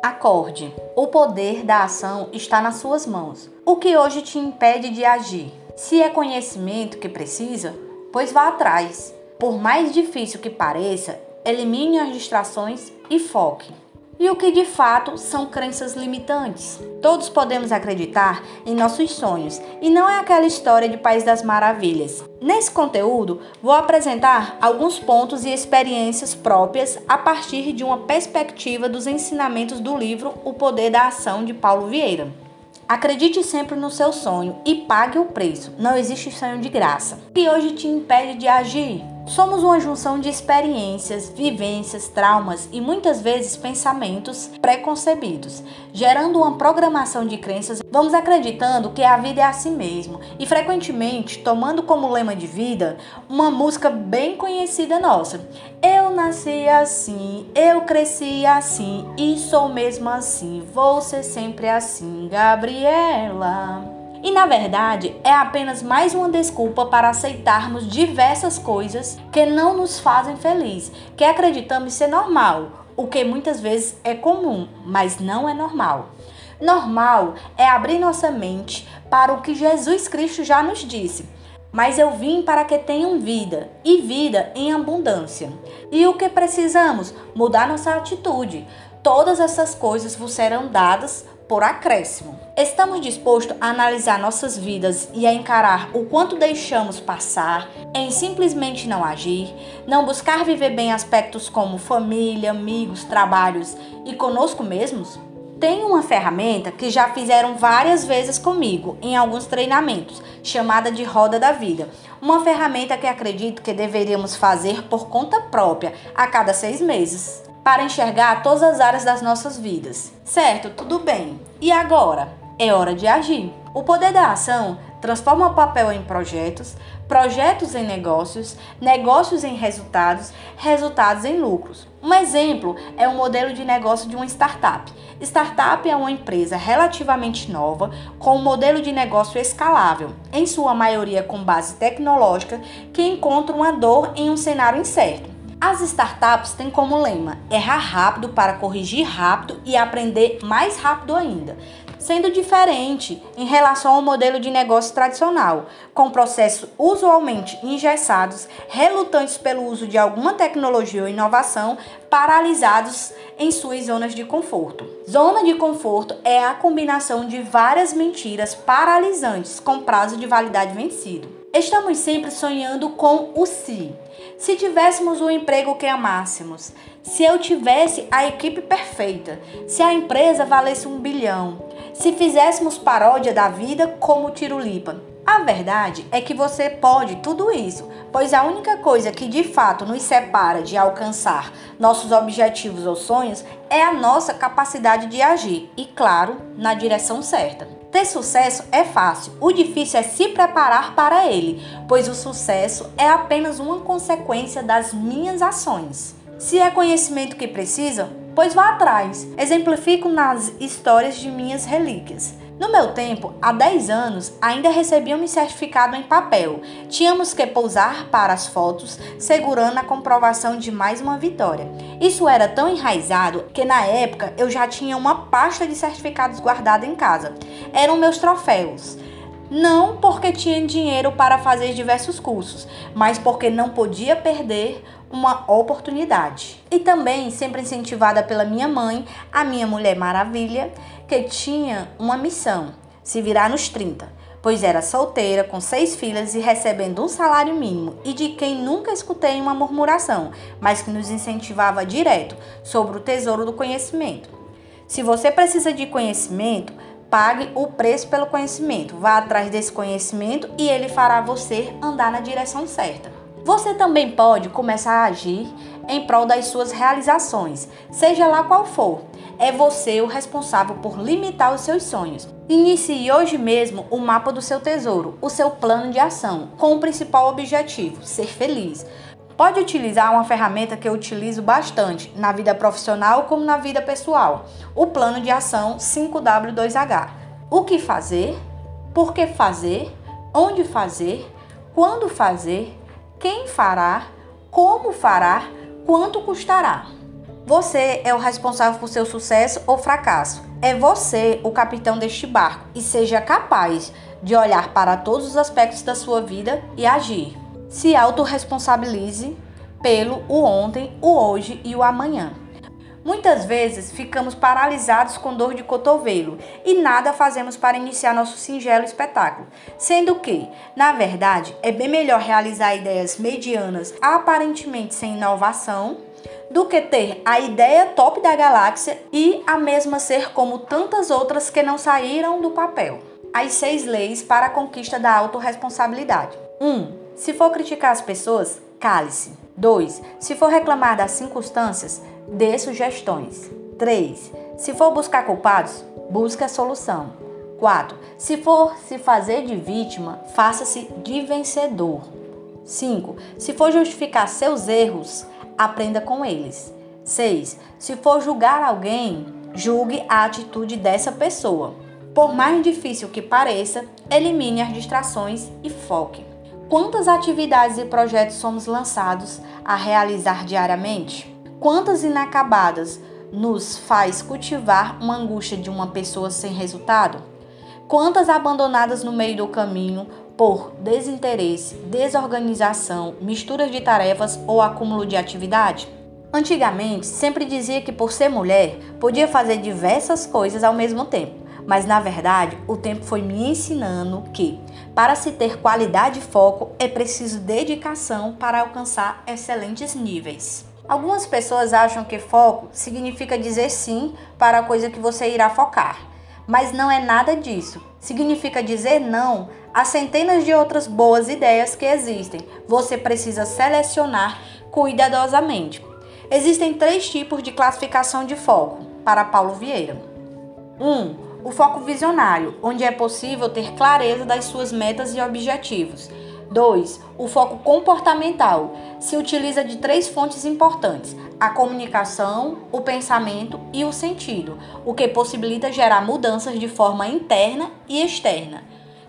Acorde. O poder da ação está nas suas mãos. O que hoje te impede de agir? Se é conhecimento que precisa, pois vá atrás. Por mais difícil que pareça, elimine as distrações e foque. E o que de fato são crenças limitantes? Todos podemos acreditar em nossos sonhos e não é aquela história de País das Maravilhas. Nesse conteúdo, vou apresentar alguns pontos e experiências próprias a partir de uma perspectiva dos ensinamentos do livro O Poder da Ação, de Paulo Vieira. Acredite sempre no seu sonho e pague o preço. Não existe sonho de graça. O que hoje te impede de agir? Somos uma junção de experiências, vivências, traumas e muitas vezes pensamentos preconcebidos. Gerando uma programação de crenças, vamos acreditando que a vida é assim mesmo e frequentemente tomando como lema de vida uma música bem conhecida nossa. Eu nasci assim, eu cresci assim e sou mesmo assim, vou ser sempre assim, Gabriela. E na verdade, é apenas mais uma desculpa para aceitarmos diversas coisas que não nos fazem feliz, que acreditamos ser normal, o que muitas vezes é comum, mas não é normal. Normal é abrir nossa mente para o que Jesus Cristo já nos disse. Mas eu vim para que tenham vida, e vida em abundância. E o que precisamos? Mudar nossa atitude. Todas essas coisas vos serão dadas por acréscimo. Estamos dispostos a analisar nossas vidas e a encarar o quanto deixamos passar em simplesmente não agir, não buscar viver bem aspectos como família, amigos, trabalhos e conosco mesmos? Tem uma ferramenta que já fizeram várias vezes comigo em alguns treinamentos, chamada de Roda da Vida. Uma ferramenta que acredito que deveríamos fazer por conta própria a cada 6 meses. Para enxergar todas as áreas das nossas vidas. Certo, tudo bem. E agora? É hora de agir. O poder da ação transforma o papel em projetos, projetos em negócios, negócios em resultados, resultados em lucros. Um exemplo é o modelo de negócio de uma startup. Startup é uma empresa relativamente nova, com um modelo de negócio escalável, em sua maioria com base tecnológica, que encontra uma dor em um cenário incerto. As startups têm como lema errar rápido para corrigir rápido e aprender mais rápido ainda, sendo diferente em relação ao modelo de negócio tradicional, com processos usualmente engessados, relutantes pelo uso de alguma tecnologia ou inovação, paralisados em suas zonas de conforto. Zona de conforto é a combinação de várias mentiras paralisantes com prazo de validade vencido. Estamos sempre sonhando com o si. Se tivéssemos o emprego que amássemos, se eu tivesse a equipe perfeita, se a empresa valesse 1 bilhão, se fizéssemos paródia da vida como Tirulipa. A verdade é que você pode tudo isso, pois a única coisa que de fato nos separa de alcançar nossos objetivos ou sonhos é a nossa capacidade de agir e, claro, na direção certa. Ter sucesso é fácil, o difícil é se preparar para ele, pois o sucesso é apenas uma consequência das minhas ações. Se é conhecimento que precisa, pois vá atrás. Exemplifico nas histórias de minhas relíquias. No meu tempo, há 10 anos, ainda recebíamos certificado em papel. Tínhamos que pousar para as fotos, segurando a comprovação de mais uma vitória. Isso era tão enraizado que na época eu já tinha uma pasta de certificados guardada em casa. Eram meus troféus. Não porque tinha dinheiro para fazer diversos cursos, mas porque não podia perder uma oportunidade. E também sempre incentivada pela minha mãe, a minha Mulher Maravilha, que tinha uma missão, se virar nos 30, pois era solteira, com 6 filhas e recebendo um salário mínimo, e de quem nunca escutei uma murmuração, mas que nos incentivava direto sobre o tesouro do conhecimento. Se você precisa de conhecimento, pague o preço pelo conhecimento, vá atrás desse conhecimento e ele fará você andar na direção certa. Você também pode começar a agir em prol das suas realizações, seja lá qual for. É você o responsável por limitar os seus sonhos. Inicie hoje mesmo o mapa do seu tesouro, o seu plano de ação, com o principal objetivo, ser feliz. Pode utilizar uma ferramenta que eu utilizo bastante na vida profissional como na vida pessoal, o plano de ação 5W2H. O que fazer, por que fazer, onde fazer, quando fazer, quem fará, como fará, quanto custará. Você é o responsável por seu sucesso ou fracasso. É você o capitão deste barco e seja capaz de olhar para todos os aspectos da sua vida e agir. Se autorresponsabilize pelo o ontem, o hoje e o amanhã. Muitas vezes ficamos paralisados com dor de cotovelo e nada fazemos para iniciar nosso singelo espetáculo, sendo que, na verdade, é bem melhor realizar ideias medianas aparentemente sem inovação do que ter a ideia top da galáxia e a mesma ser como tantas outras que não saíram do papel. As 6 leis para a conquista da autorresponsabilidade. 1. Se for criticar as pessoas, cale-se. 2. Se for reclamar das circunstâncias, dê sugestões. 3. Se for buscar culpados, busque a solução. 4. Se for se fazer de vítima, faça-se de vencedor. 5. Se for justificar seus erros, aprenda com eles. 6. Se for julgar alguém, julgue a atitude dessa pessoa. Por mais difícil que pareça, elimine as distrações e foque. Quantas atividades e projetos somos lançados a realizar diariamente? Quantas inacabadas nos faz cultivar uma angústia de uma pessoa sem resultado? Quantas abandonadas no meio do caminho por desinteresse, desorganização, misturas de tarefas ou acúmulo de atividade? Antigamente, sempre dizia que por ser mulher, podia fazer diversas coisas ao mesmo tempo. Mas, na verdade, o tempo foi me ensinando que, para se ter qualidade e foco, é preciso dedicação para alcançar excelentes níveis. Algumas pessoas acham que foco significa dizer sim para a coisa que você irá focar. Mas não é nada disso. Significa dizer não a centenas de outras boas ideias que existem. Você precisa selecionar cuidadosamente. Existem 3 tipos de classificação de foco, para Paulo Vieira. 1. O foco visionário, onde é possível ter clareza das suas metas e objetivos. 2. O foco comportamental. Se utiliza de 3 fontes importantes: a comunicação, o pensamento e o sentido, o que possibilita gerar mudanças de forma interna e externa.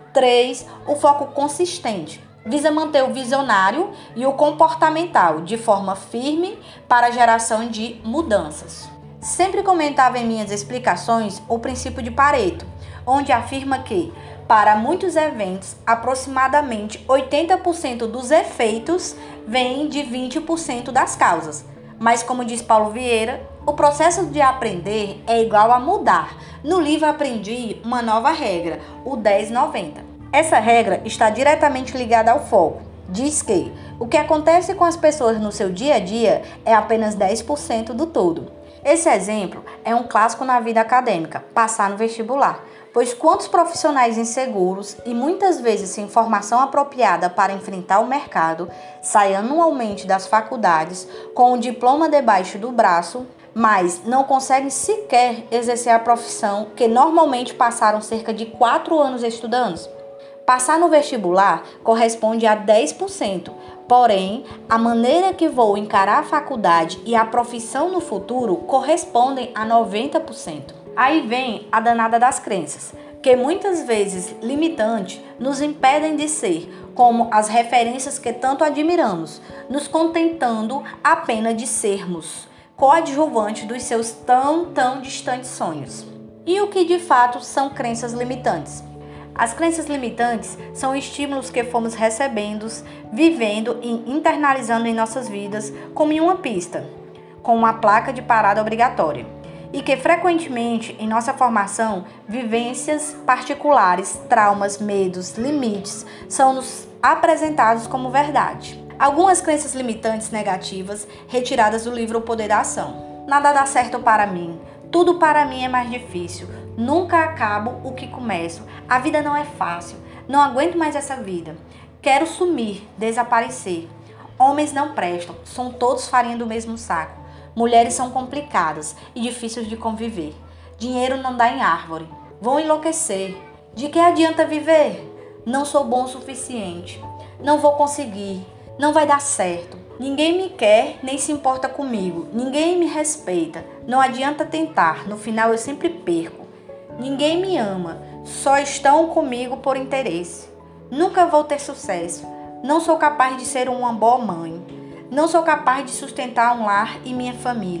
3. O foco consistente. Visa manter o visionário e o comportamental de forma firme para a geração de mudanças. Sempre comentava em minhas explicações o princípio de Pareto, onde afirma que, para muitos eventos, aproximadamente 80% dos efeitos vêm de 20% das causas. Mas, como diz Paulo Vieira, o processo de aprender é igual a mudar. No livro aprendi uma nova regra, o 10-90. Essa regra está diretamente ligada ao foco. Diz que o que acontece com as pessoas no seu dia a dia é apenas 10% do todo. Esse exemplo é um clássico na vida acadêmica, passar no vestibular, pois quantos profissionais inseguros e muitas vezes sem formação apropriada para enfrentar o mercado saem anualmente das faculdades com o diploma debaixo do braço, mas não conseguem sequer exercer a profissão que normalmente passaram cerca de 4 anos estudando? Passar no vestibular corresponde a 10%, porém, a maneira que vou encarar a faculdade e a profissão no futuro correspondem a 90%. Aí vem a danada das crenças, que muitas vezes limitantes nos impedem de ser como as referências que tanto admiramos, nos contentando apenas de sermos coadjuvantes dos seus tão distantes sonhos. E o que de fato são crenças limitantes? As crenças limitantes são estímulos que fomos recebendo, vivendo e internalizando em nossas vidas como em uma pista, com uma placa de parada obrigatória, e que frequentemente em nossa formação, vivências particulares, traumas, medos, limites são nos apresentados como verdade. Algumas crenças limitantes negativas retiradas do livro O Poder da Ação. Nada dá certo para mim, tudo para mim é mais difícil. Nunca acabo o que começo. A vida não é fácil. Não aguento mais essa vida. Quero sumir, desaparecer. Homens não prestam. São todos farinha do mesmo saco. Mulheres são complicadas e difíceis de conviver. Dinheiro não dá em árvore. Vão enlouquecer. De que adianta viver? Não sou bom o suficiente. Não vou conseguir. Não vai dar certo. Ninguém me quer nem se importa comigo. Ninguém me respeita. Não adianta tentar. No final eu sempre perco. Ninguém me ama, só estão comigo por interesse. Nunca vou ter sucesso. Não sou capaz de ser uma boa mãe. Não sou capaz de sustentar um lar e minha família.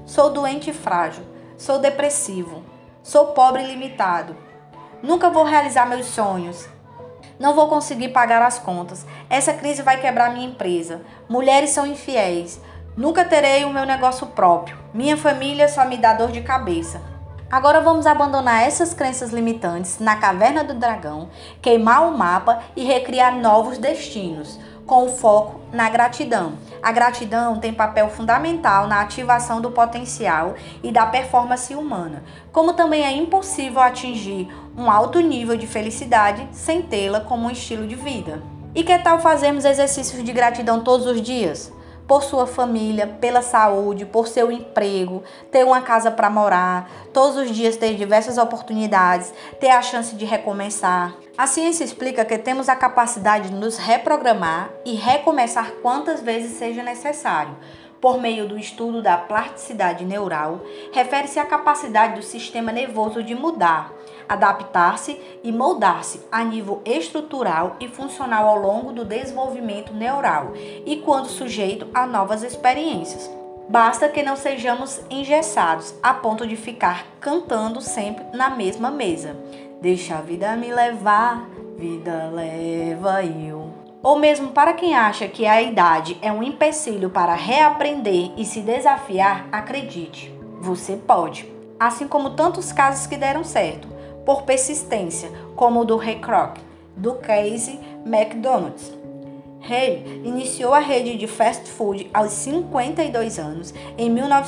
Sou doente e frágil. Sou depressivo. Sou pobre e limitado. Nunca vou realizar meus sonhos. Não vou conseguir pagar as contas. Essa crise vai quebrar minha empresa. Mulheres são infiéis. Nunca terei o meu negócio próprio. Minha família só me dá dor de cabeça. Agora vamos abandonar essas crenças limitantes na caverna do dragão, queimar o mapa e recriar novos destinos, com o foco na gratidão. A gratidão tem papel fundamental na ativação do potencial e da performance humana, como também é impossível atingir um alto nível de felicidade sem tê-la como um estilo de vida. E que tal fazermos exercícios de gratidão todos os dias? Por sua família, pela saúde, por seu emprego, ter uma casa para morar, todos os dias ter diversas oportunidades, ter a chance de recomeçar. A ciência explica que temos a capacidade de nos reprogramar e recomeçar quantas vezes seja necessário. Por meio do estudo da plasticidade neural, refere-se à capacidade do sistema nervoso de mudar, adaptar-se e moldar-se a nível estrutural e funcional ao longo do desenvolvimento neural e quando sujeito a novas experiências. Basta que não sejamos engessados a ponto de ficar cantando sempre na mesma mesa. Deixa a vida me levar, vida leva eu. Ou mesmo para quem acha que a idade é um empecilho para reaprender e se desafiar, acredite, você pode. Assim como tantos casos que deram certo, por persistência, como o do Ray Kroc, do Casey McDonald. Ray iniciou a rede de fast food aos 52 anos, em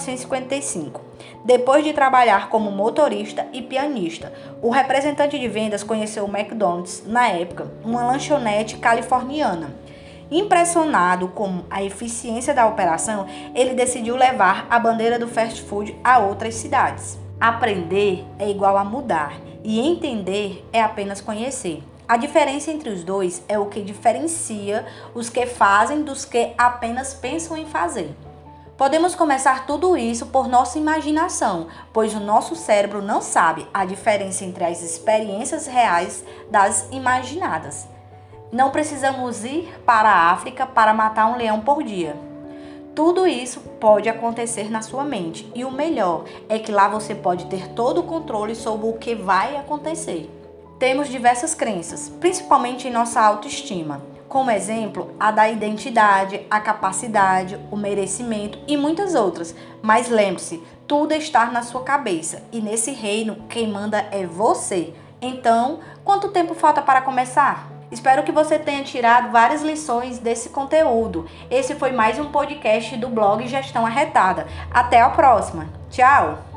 1955. Depois de trabalhar como motorista e pianista, o representante de vendas conheceu o McDonald's, na época, uma lanchonete californiana. Impressionado com a eficiência da operação, ele decidiu levar a bandeira do fast food a outras cidades. Aprender é igual a mudar e entender é apenas conhecer. A diferença entre os dois é o que diferencia os que fazem dos que apenas pensam em fazer. Podemos começar tudo isso por nossa imaginação, pois o nosso cérebro não sabe a diferença entre as experiências reais das imaginadas. Não precisamos ir para a África para matar um leão por dia. Tudo isso pode acontecer na sua mente e o melhor é que lá você pode ter todo o controle sobre o que vai acontecer. Temos diversas crenças, principalmente em nossa autoestima. Como exemplo, a da identidade, a capacidade, o merecimento e muitas outras. Mas lembre-se, tudo está na sua cabeça e nesse reino quem manda é você. Então, quanto tempo falta para começar? Espero que você tenha tirado várias lições desse conteúdo. Esse foi mais um podcast do blog Gestão Arretada. Até a próxima. Tchau!